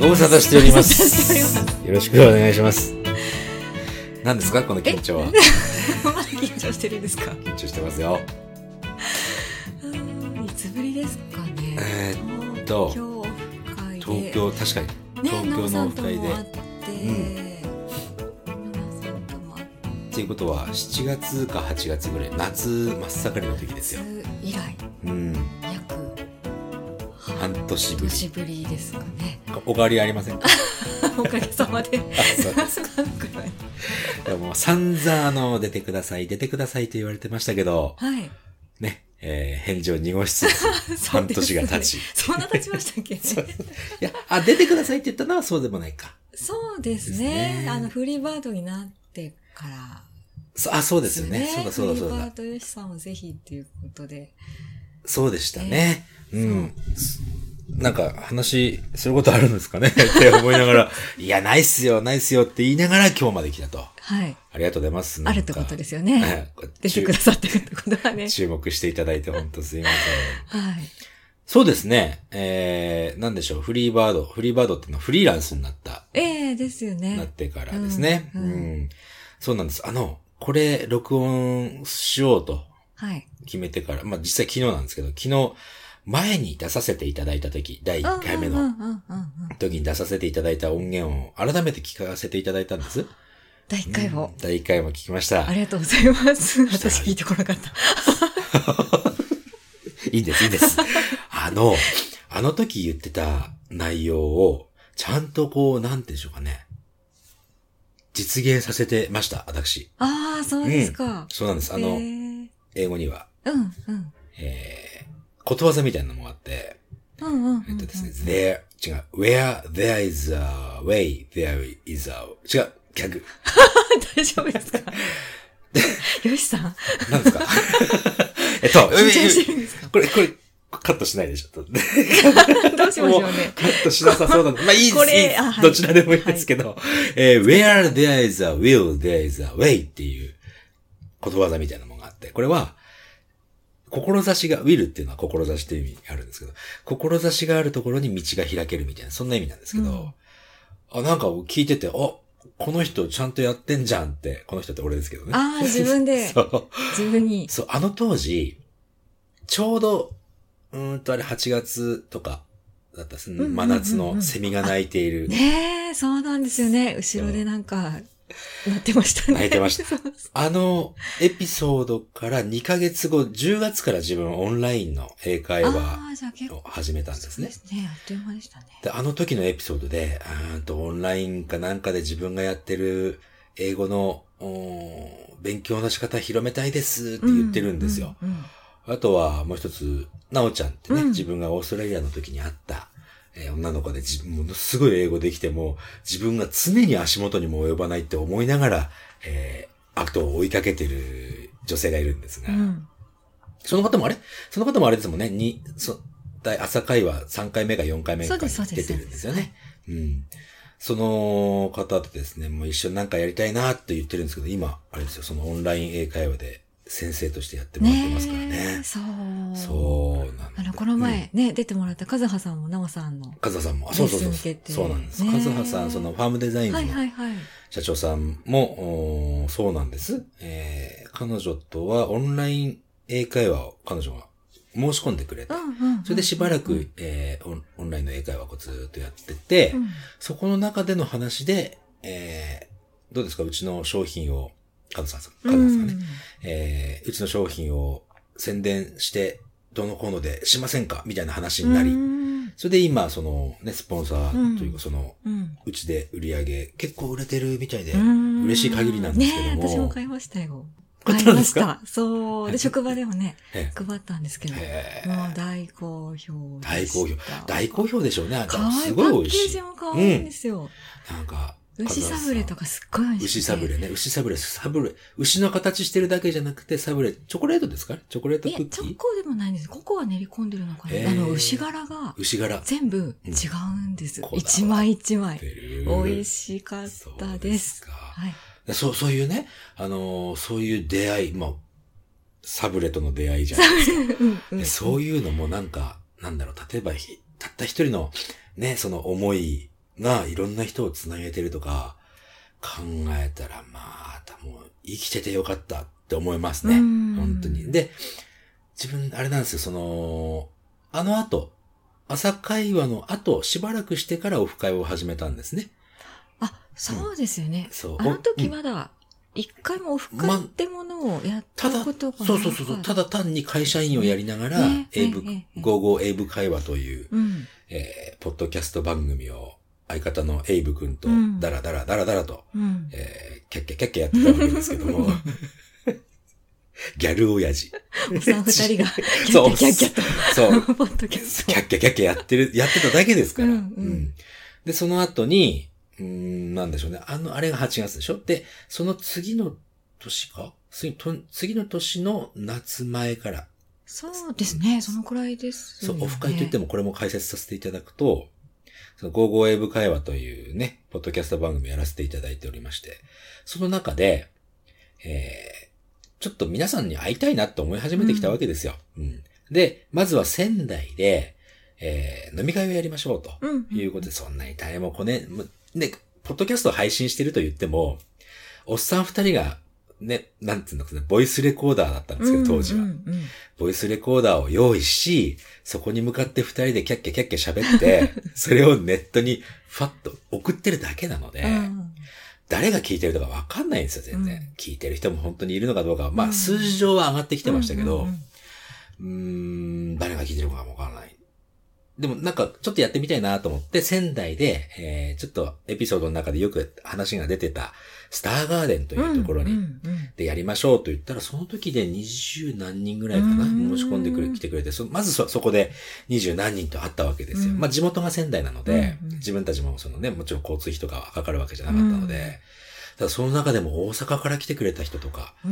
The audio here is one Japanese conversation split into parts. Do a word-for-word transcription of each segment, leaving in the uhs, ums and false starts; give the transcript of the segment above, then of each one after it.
ご無沙汰しております。 しております。 よろしくお願いします。何ですかこの緊張は。 まだ緊張してるんですか？ 緊張してますよ。 いつぶりですかね。 えー、っと東京オフ会で東京、確かに、 ね、 東京のオフ会で、 ナオさんとも会って、 うん、 ナオさんとも会ってっていうことはしちがつかはちがつぐらい、夏真っ盛りの時ですよ。 以来、 うん、 約半年ぶり。 半年ぶりですかね。 お変わりありませんか？ おかげさまで。 あ、そうですか。でも散々あの出てください出てくださいと言われてましたけど、 はいね、えー、返事を濁しつつ半年が経ち、 そんな経ちましたっけね。 いや、あ、出てくださいって言ったのはそうでもないか。 そうですね。ですね、あのフリーバードになってからそ、あ、そうですよね。そうだそうだそうだ。 フリーバードよしさんをぜひっていうことで。 そうでしたね。えー、うん。なんか話することあるんですかねって思いながら、いや、ないっすよ、ないっすよって言いながら今日まで来たと。 はい。 ありがとうございます。 あるってことですよね。出てくださってるってことはね。 注目していただいて本当すいません。 はい。 そうですね。えー、なんでしょう、フリーバード。フリーバードっていうのはフリーランスになった。 ええー、ですよね。 なってからですね、うん、 うんうん。そうなんです。あの、これ録音しようと。はい。決めてから、まあ実際昨日なんですけど、昨日、前に出させていただいたとき、だいいっかいめの時に出させていただいた音源を改めて聞かせていただいたんです。 だいいっかいを、 うん、だいいっかいも聞きました。 ありがとうございます。私聞いてこなかった。 いいんです、いいんです。あの、あの時言ってた内容を、ちゃんとこう、なんていうんでしょうかね。実現させてました、私。 ああ、そうですか、 うん。そうなんです。あの、英語には。 うん、うん。 えーことわざみたいなのもあって、 うんうんうんうん、 えっとですね、there, 違う、where there is a way, there is a, 違う、逆。 大丈夫ですか？よしさん。 何ですか？えっと、 緊張してるんですか？ これ、これ、カットしないでしょ。どうしましょうね。 カットしなさそうなの。まあいいです。これ、はい、どちらでもいいですけど、はい、えー、where there is a will, there is a way っていうことわざみたいなものがあって、これは、志が、will っていうのは志っていう意味があるんですけど、志があるところに道が開けるみたいな、そんな意味なんですけど、うん、あ、なんか聞いてて、あ、この人ちゃんとやってんじゃんって、この人って俺ですけどね。 ああ、自分で。 そう。 自分に。 そう、あの当時、ちょうど、うーんとあれはちがつとかだったですね。真夏のセミが鳴いている。 ねえ、そうなんですよね。後ろでなんか、鳴ってましたね。 鳴いてました。あのエピソードからにかげつご、じゅうがつから自分オンラインの英会話を始めたんですね。 そうですね。あっという間でしたね。 で、あの時のエピソードで、うんとオンラインかなんかで自分がやってる英語の勉強の仕方広めたいですって言ってるんですよ。うんうんうん、あとはもう一つ、なおちゃんってね、うん、自分がオーストラリアの時に会った、えー、女の子で自分もすごい英語できても、自分が常に足元にも及ばないって思いながら、えー、アクトを追いかけてる女性がいるんですが、うん、その方もあれその方もあれですもんね、に、そ、朝会話さんかいめかよんかいめかに出てるんですよね。うん。その方とですね、もう一緒になんかやりたいなって言ってるんですけど、今、あれですよ、そのオンライン英会話で先生としてやってもらってますからね。 ねそう。 そうなんだ。 あの、この前ね、うん、出てもらったカズハさんもナオさんの。 カズハさんも。そうそうそう。そうなんです。カズハさん、そのファームデザインズの社長さんも、そうなんです。えー、彼女とはオンライン英会話を彼女が申し込んでくれて、それでしばらく、えー、オンラインの英会話をずっとやってて、うん、そこの中での話で、えー、どうですかうちの商品を、カズさん、カズさんですかね、うんえー、うちの商品を宣伝して、どのコーナーでしませんかみたいな話になり、うん、それで今、そのね、スポンサーというか、その、うん、うちで売り上げ結構売れてるみたいで、嬉しい限りなんですけども。 ねえ、私も買いましたよ。 買ったんですか？ そう。で、職場でもね、配ったんですけど、もう大好評でした。 大好評。大好評でしょうね。 かわいい。すごい美味しい。パッケージも可愛いんですよ。 うん、なんか、 牛サブレとかすっごい美味しい。 牛サブレね。牛サブレ、サブレ。牛の形してるだけじゃなくて、サブレ、チョコレートですか？チョコレートクッキー？ いや、チョコでもないんです。ココア練り込んでるのかな。あの、牛柄が、 牛柄。 全部違うんです。うん、一枚一枚。美味しかったです。 そうですか。はい。そう、そういうね、あのー、そういう出会い、まあ、サブレとの出会いじゃないですか。うんうん、そういうのもなんか、なんだろう、例えば、たった一人のね、その思いがいろんな人をつなげてるとか考えたら、まあ、もう生きててよかったって思いますね。本当に。で、自分、あれなんですよ、その、あの後、朝会話の後、しばらくしてからオフ会を始めたんですね。 あ、そうですよね。 うん、そう。 あの時まだ、一回もオフ会ってものをやったことがない、ま、 そうそうそうそう。ただ単に会社員をやりながら、 ね、 英語、 ね、 ゴーゴー英語会話という、 うんえー、ポッドキャスト番組を相方のエイブ君とダラダラダラダラと、うん、えー、キャッキャキャッキャやってたわけですけども、ギャル親父。 おさん二人がキャッキャキャッキャと、 そう、 ポッドキャスト。 キャッキャキャッキャやってる、やってただけですから。 うんうんうん、で、その後に、うーん、なんでしょうね。あの、あれがはちがつでしょ。で、その次の年か次の年の夏前から。 そうですね。そのくらいです、ね。 そう、オフ会といってもこれも解説させていただくと、そのゴーゴー英語会話というね、ポッドキャスト番組やらせていただいておりまして、その中で、えー、ちょっと皆さんに会いたいなって思い始めてきたわけですよ。うんうん、で、まずは仙台で、えー、飲み会をやりましょうということで、そんなに大変もこね、で、ポッドキャストを配信してると言っても、おっさん二人が、ね、なんていうのかな、ボイスレコーダーだったんですけど、当時は、うんうんうん。ボイスレコーダーを用意し、そこに向かって二人でキャッキャキャッキャ喋って、それをネットにファッと送ってるだけなので、うん、誰が聞いてるとかわかんないんですよ、全然、うん。聞いてる人も本当にいるのかどうかは、まあ、数字上は上がってきてましたけど、うんうんうん、うーん、誰が聞いてるのかわからない。でもなんかちょっとやってみたいなと思って仙台で、えー、ちょっとエピソードの中でよく話が出てたスターガーデンというところに、でやりましょうと言ったらその時で二十何人ぐらいかな申し込んでくれ、来てくれて、そまず そ, そこで二十何人と会ったわけですよ。まあ地元が仙台なので、自分たちもそのね、もちろん交通費とかはかかるわけじゃなかったので、ただその中でも大阪から来てくれた人とか、うん、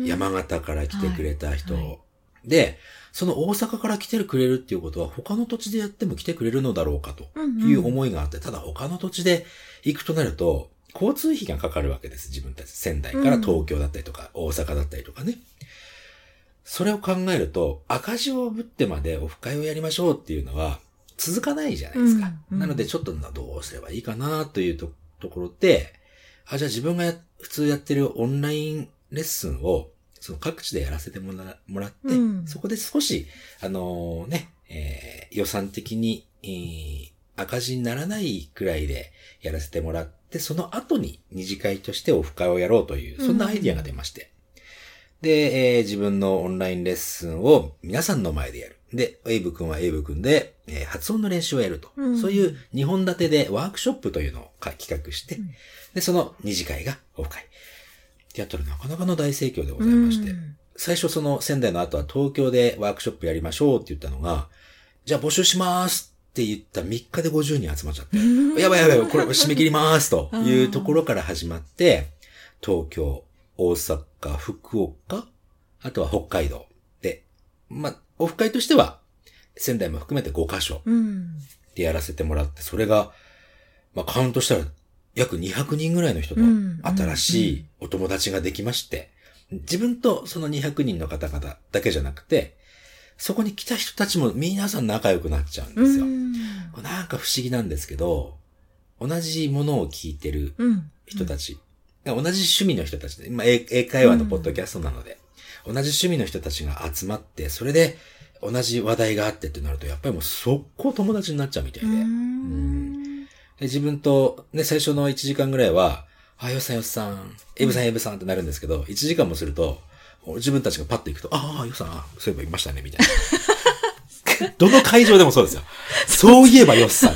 山形から来てくれた人、はいはい、で、その大阪から来てくれるっていうことは他の土地でやっても来てくれるのだろうかという思いがあって、うんうん、ただ他の土地で行くとなると交通費がかかるわけです。自分たち仙台から東京だったりとか、うん、大阪だったりとかね。それを考えると赤字をぶってまでオフ会をやりましょうっていうのは続かないじゃないですか。うんうん、なのでちょっとどうすればいいかなという と, ところで、あ、じゃあ自分がや普通やってるオンラインレッスンをその各地でやらせても ら, もらって、うん、そこで少し、あのー、ね、えー、予算的に、えー、赤字にならないくらいでやらせてもらって、その後に二次会としてオフ会をやろうという、そんなアイディアが出まして。うん、で、えー、自分のオンラインレッスンを皆さんの前でやる。で、エイブ君はエイブ君で、えー、発音の練習をやると、うん。そういうにほん立てでワークショップというのを企画して、うん、で、その二次会がオフ会。やったらなかなかの大盛況でございまして、うん、最初その仙台の後は東京でワークショップやりましょうって言ったのが、じゃあ募集しますって言ったみっかでごじゅうにん集まっちゃって、うん、やばいやばい、これ締め切りますというところから始まって、東京、大阪、福岡、あとは北海道で、まあ、オフ会としては仙台も含めてごカ所でやらせてもらって、それが、まあ、カウントしたら約にひゃくにんぐらいの人と新しいお友達ができまして、自分とそのにひゃくにんの方々だけじゃなくて、そこに来た人たちも皆さん仲良くなっちゃうんですよ。なんか不思議なんですけど、同じものを聞いてる人たち、同じ趣味の人たちで、今英会話のポッドキャストなので、同じ趣味の人たちが集まって、それで同じ話題があってってなると、やっぱりもう速攻友達になっちゃうみたいで。うんで自分とね、最初のいちじかんぐらいは、あ、よっさんよっさん、エブさんエブさんってなるんですけど、いちじかんもすると、自分たちがパッと行くと、ああ、よっさん、そういえばいましたね、みたいな。どの会場でもそうですよ。そういえばよっさん。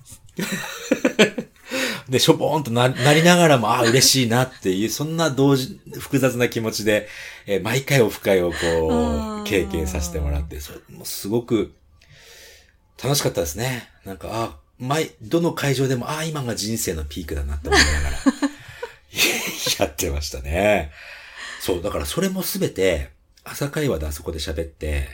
で、しょぼーんと な, なりながらも、ああ、嬉しいなっていう、そんな同時、複雑な気持ちで、えー、毎回オフ会をこう、経験させてもらって、それもすごく楽しかったですね。なんか、あ毎、どの会場でも、ああ、今が人生のピークだなって思いながら、やってましたね。そう、だからそれもすべて、朝会話であそこで喋って、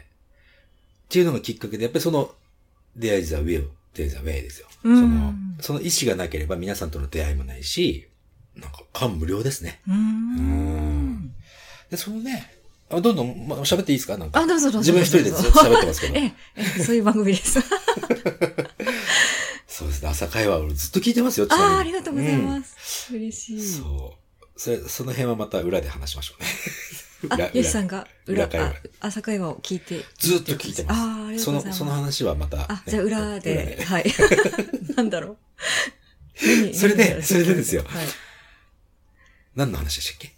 っていうのがきっかけで、やっぱりその、there is a will, there is a way ですよ。その、その意志がなければ皆さんとの出会いもないし、なんか感無量ですね。うーん。で、そのね、あどんどん、ま、喋っていいですかなんか。 あ、どうぞどうぞ。自分一人でずっと喋ってますけど。 ええ、そういう番組です。 そうですね。 朝会話をずっと聞いてますよ、ちなみに。 ああ、ありがとうございます。うん、嬉しい。 そう。それ、その辺はまた裏で話しましょうね。 あ、ヨシさんが裏、 裏会話朝会話を聞いて。 ずっと聞いてます。 ああ、ありがとうございます。 その、その話はまた、ね。 あ、じゃあ裏で。裏ではい。なんだろう。それで、それでですよ。はい。何の話でしたっけ？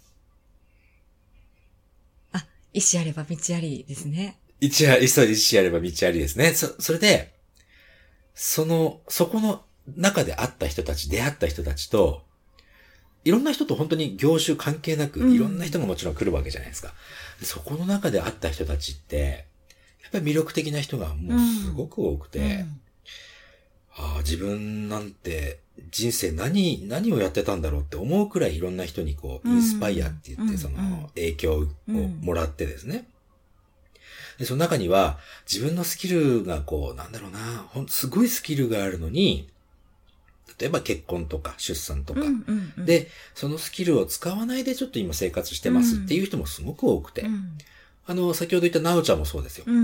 あ、石あれば道ありですね。 一あ、一石あれば道ありですね。そ、それで、その、そこの中で会った人たち、出会った人たちと、いろんな人と本当に業種関係なく、いろんな人がもちろん来るわけじゃないですか。うん、そこの中で会った人たちって、やっぱり魅力的な人がもうすごく多くて、うんうん、ああ、自分なんて人生何、何をやってたんだろうって思うくらいいろんな人にこう、インスパイアって言って、その影響をもらってですね。で、その中には自分のスキルがこう、なんだろうな、ほんすごいスキルがあるのに、例えば結婚とか出産とか、うんうんうん、で、そのスキルを使わないでちょっと今生活してますっていう人もすごく多くて、うん、あの、先ほど言ったなおちゃんもそうですよ。うんうん、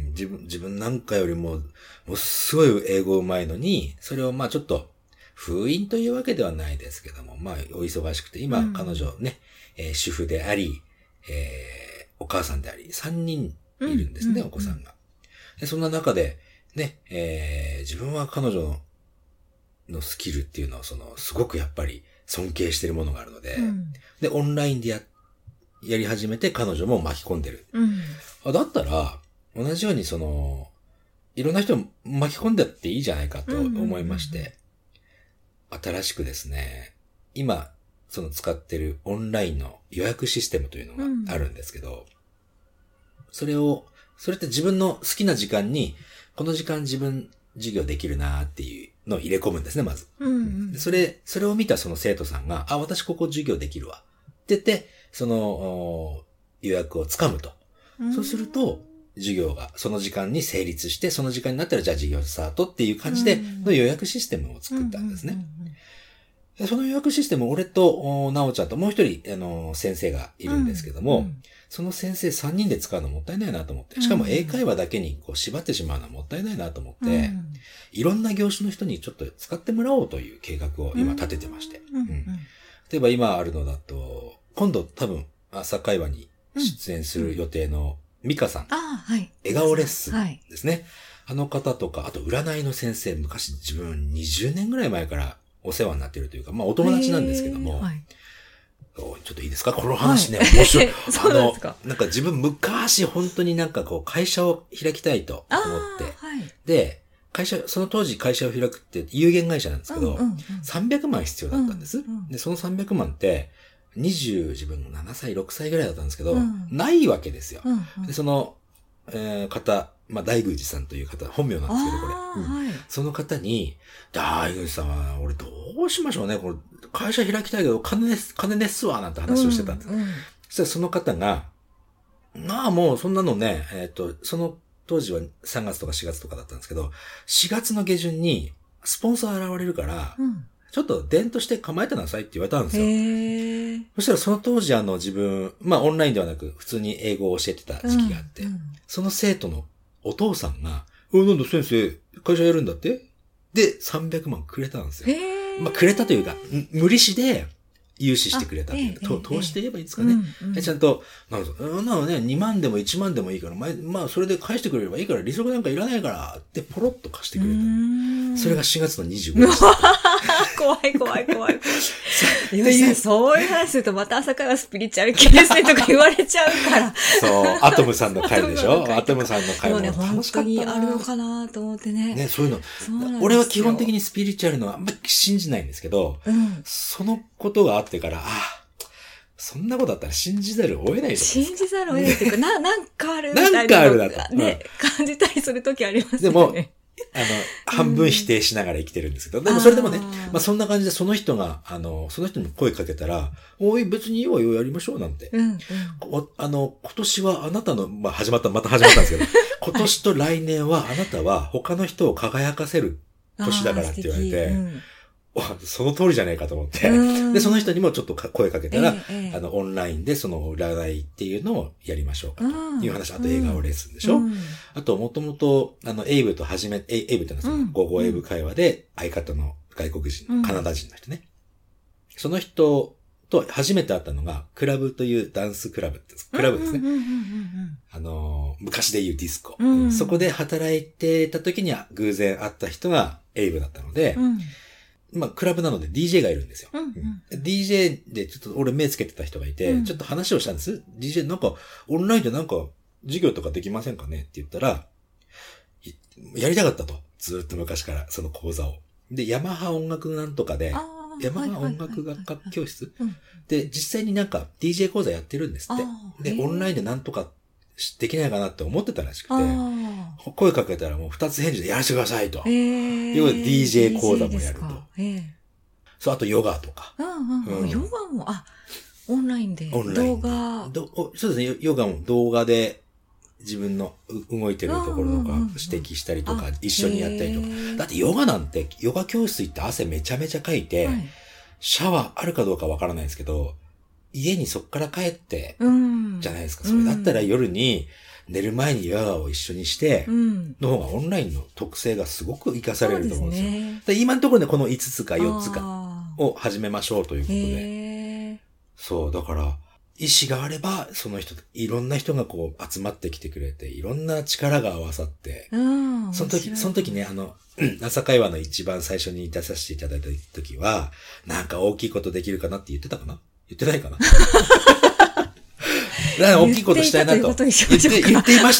自分、自分なんかよりも、もうすごい英語上手いのに、それをまあちょっと封印というわけではないですけども、まあお忙しくて、今、うん、彼女ね、えー、主婦であり、えー、お母さんであり、さんにんいるんですね、うんうんうん、お子さんが。で、そんな中で、ね、えー、自分は彼女ののスキルっていうのは、その、すごくやっぱり尊敬してるものがあるので、うん、で、オンラインでや、やり始めて彼女も巻き込んでる。うん、あだったら、同じようにその、いろんな人を巻き込んでっていいじゃないかと思いまして、うんうんうん、新しくですね、今、その使ってるオンラインの予約システムというのがあるんですけど、うん、それを、それって自分の好きな時間に、この時間自分授業できるなっていうのを入れ込むんですね、まず。うんうん、でそれ、それを見たその生徒さんが、あ、私ここ授業できるわ。って言って、その、予約をつかむと。うん、そうすると、授業がその時間に成立して、その時間になったらじゃあ授業スタートっていう感じでの予約システムを作ったんですね。でその予約システム、俺と、なおちゃんともう一人、あの、先生がいるんですけども、うんうんその先生さんにんで使うのもったいないなと思って、しかも英会話だけにこう縛ってしまうのはもったいないなと思って、うん、いろんな業種の人にちょっと使ってもらおうという計画を今立ててまして。うんうん、例えば今あるのだと、今度多分朝会話に出演する予定のミカさん。うんはい、笑顔レッスンですね、はい。あの方とか、あと占いの先生、昔自分にじゅうねんぐらい前からお世話になっているというか、まあお友達なんですけども、ちょっといいですかこの話ね、はい、面白い。あの、なんか自分昔本当になんかこう会社を開きたいと思って。はい、で、会社、その当時会社を開くって有限会社なんですけど、うんうんうん、さんびゃくまん必要だったんです、うんうん。で、そのさんびゃくまんって、にじゅう自分のななさい、ろくさいぐらいだったんですけど、うん、ないわけですよ。うんうん、で、その、えー、方、まあ、大宮寺さんという方、本名なんですけど、これ。うんはい、その方に、大宮寺さんは、俺どうしましょうね、これ、会社開きたいけど、金です、金ですわ、なんて話をしてたんです。うんうん、そしたらその方が、まあもうそんなのね、えっと、その当時はさんがつとかしがつとかだったんですけど、しがつの下旬に、スポンサー現れるから、うん、ちょっと伝として構えてなさいって言われたんですよ。へそしたらその当時あの自分、まあオンラインではなく、普通に英語を教えてた時期があって、うんうん、その生徒のお父さんが、おなんだ先生、会社やるんだってで、さんびゃくまんくれたんですよ。まあ、くれたというか、無利子で融資してくれたというか、ええ、投資で言えばいいんですかね。うんうん、ちゃんと、なんか、なんかね、にまんでもいちまんでもいいから、まあ、まあ、それで返してくれればいいから、利息なんかいらないから、ってポロッと貸してくれた。それがしがつのにじゅうごにち。 怖い怖い怖い。いそういう話すると、また朝会はスピリチュアル系ですねとか言われちゃうから。 そう、アトムさんの回でしょアトムさんの回も楽しかったな。本当にあるのかなと思ってね。 ね、そういうの。俺は基本的にスピリチュアルのはあんまり信じないんですけど、うん、そのことがあってから、ああ、そんなことあったら信じざるを得ないと信じざるを得ないっていうか、な、なんかあるみたいな。なんかあるだと。ね、うん、感じたりするときありますよね。でも、 あの、半分否定しながら生きてるんですけど、うん、でもそれでもね、まあそんな感じでその人が、あの、その人に声かけたら、おい、別にいいわよ、やりましょうなんて。うんうん、あの、今年はあなたの、まあ始まった、また始まったんですけど、今年と来年はあなたは他の人を輝かせる年だからって言われて、 その通りじゃないかと思って。で、その人にもちょっと声かけたら、ええ、あの、オンラインでその占いっていうのをやりましょうかという話。あと映画をレッスンでしょ、うん、あと、もともと、あの、エイブと始め、エイブってのはその、ゴーゴーエイブ会話で相方の外国人のカナダ人の人ね。うん、その人と初めて会ったのが、クラブというダンスクラブって、クラブですね。あの、昔で言うディスコ、うん。そこで働いてた時には偶然会った人がエイブだったので、うん、まあ、クラブなので ディージェー がいるんですよ。うんうん、ディージェー でちょっと俺目つけてた人がいて、うん、ちょっと話をしたんです。ディージェー なんか、オンラインでなんか授業とかできませんかねって言ったら、やりたかったと。ずっと昔から、その講座を。で、ヤマハ音楽なんとかで、ヤマハ音楽学科教室で、実際になんか ディージェー 講座やってるんですって。で、オンラインでなんとかできないかなって思ってたらしくて、声かけたらもう二つ返事でやらせてくださいと。いうことで ディージェー 講座もやると。そう、あとヨガとか。 うんうん、ヨガも、あ、オンラインで。オンライン。動画。 どそうですね、ヨガも動画で自分の動いてるところとか指摘したりとか、一緒にやったりとか。だってヨガなんて、ヨガ教室行って汗めちゃめちゃかいて、はい、シャワーあるかどうかわからないですけど、家にそっから帰って、じゃないですか。それだったら夜に寝る前にヨガを一緒にして、の方がオンラインの特性がすごく活かされると思うんですよ。ですね、で今のところね、このいつつかよっつかを始めましょうということで。そう、だから、意志があれば、その人、いろんな人がこう集まってきてくれて、いろんな力が合わさって、その時、その時ね、あの、朝会話の一番最初に出させていただいた時は、なんか大きいことできるかなって言ってたかな言ってないかな大きいことしたいなと言って、言っていました。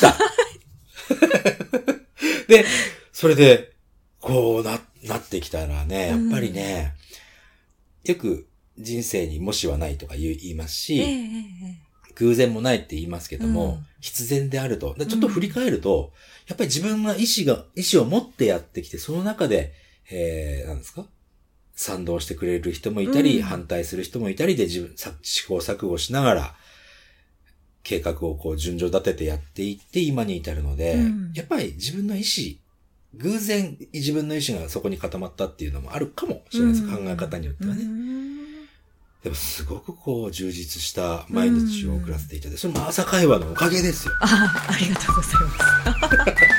で、それで、こうな、なってきたらね、やっぱりね、よく人生にもしはないとか言いますし、えー、偶然もないって言いますけども、うん、必然であると。ちょっと振り返ると、うん、やっぱり自分が意志が、意志を持ってやってきて、その中で、えー、何ですか賛同してくれる人もいたり、うん、反対する人もいたりで自分、試行錯誤しながら、計画をこう順序立ててやっていって今に至るので、うん、やっぱり自分の意志、偶然自分の意志がそこに固まったっていうのもあるかもしれないです。うん、考え方によってはね。うん、でもすごくこう充実した毎日を送らせていただいて、それも朝会話のおかげですよ。 あ、ありがとうございます。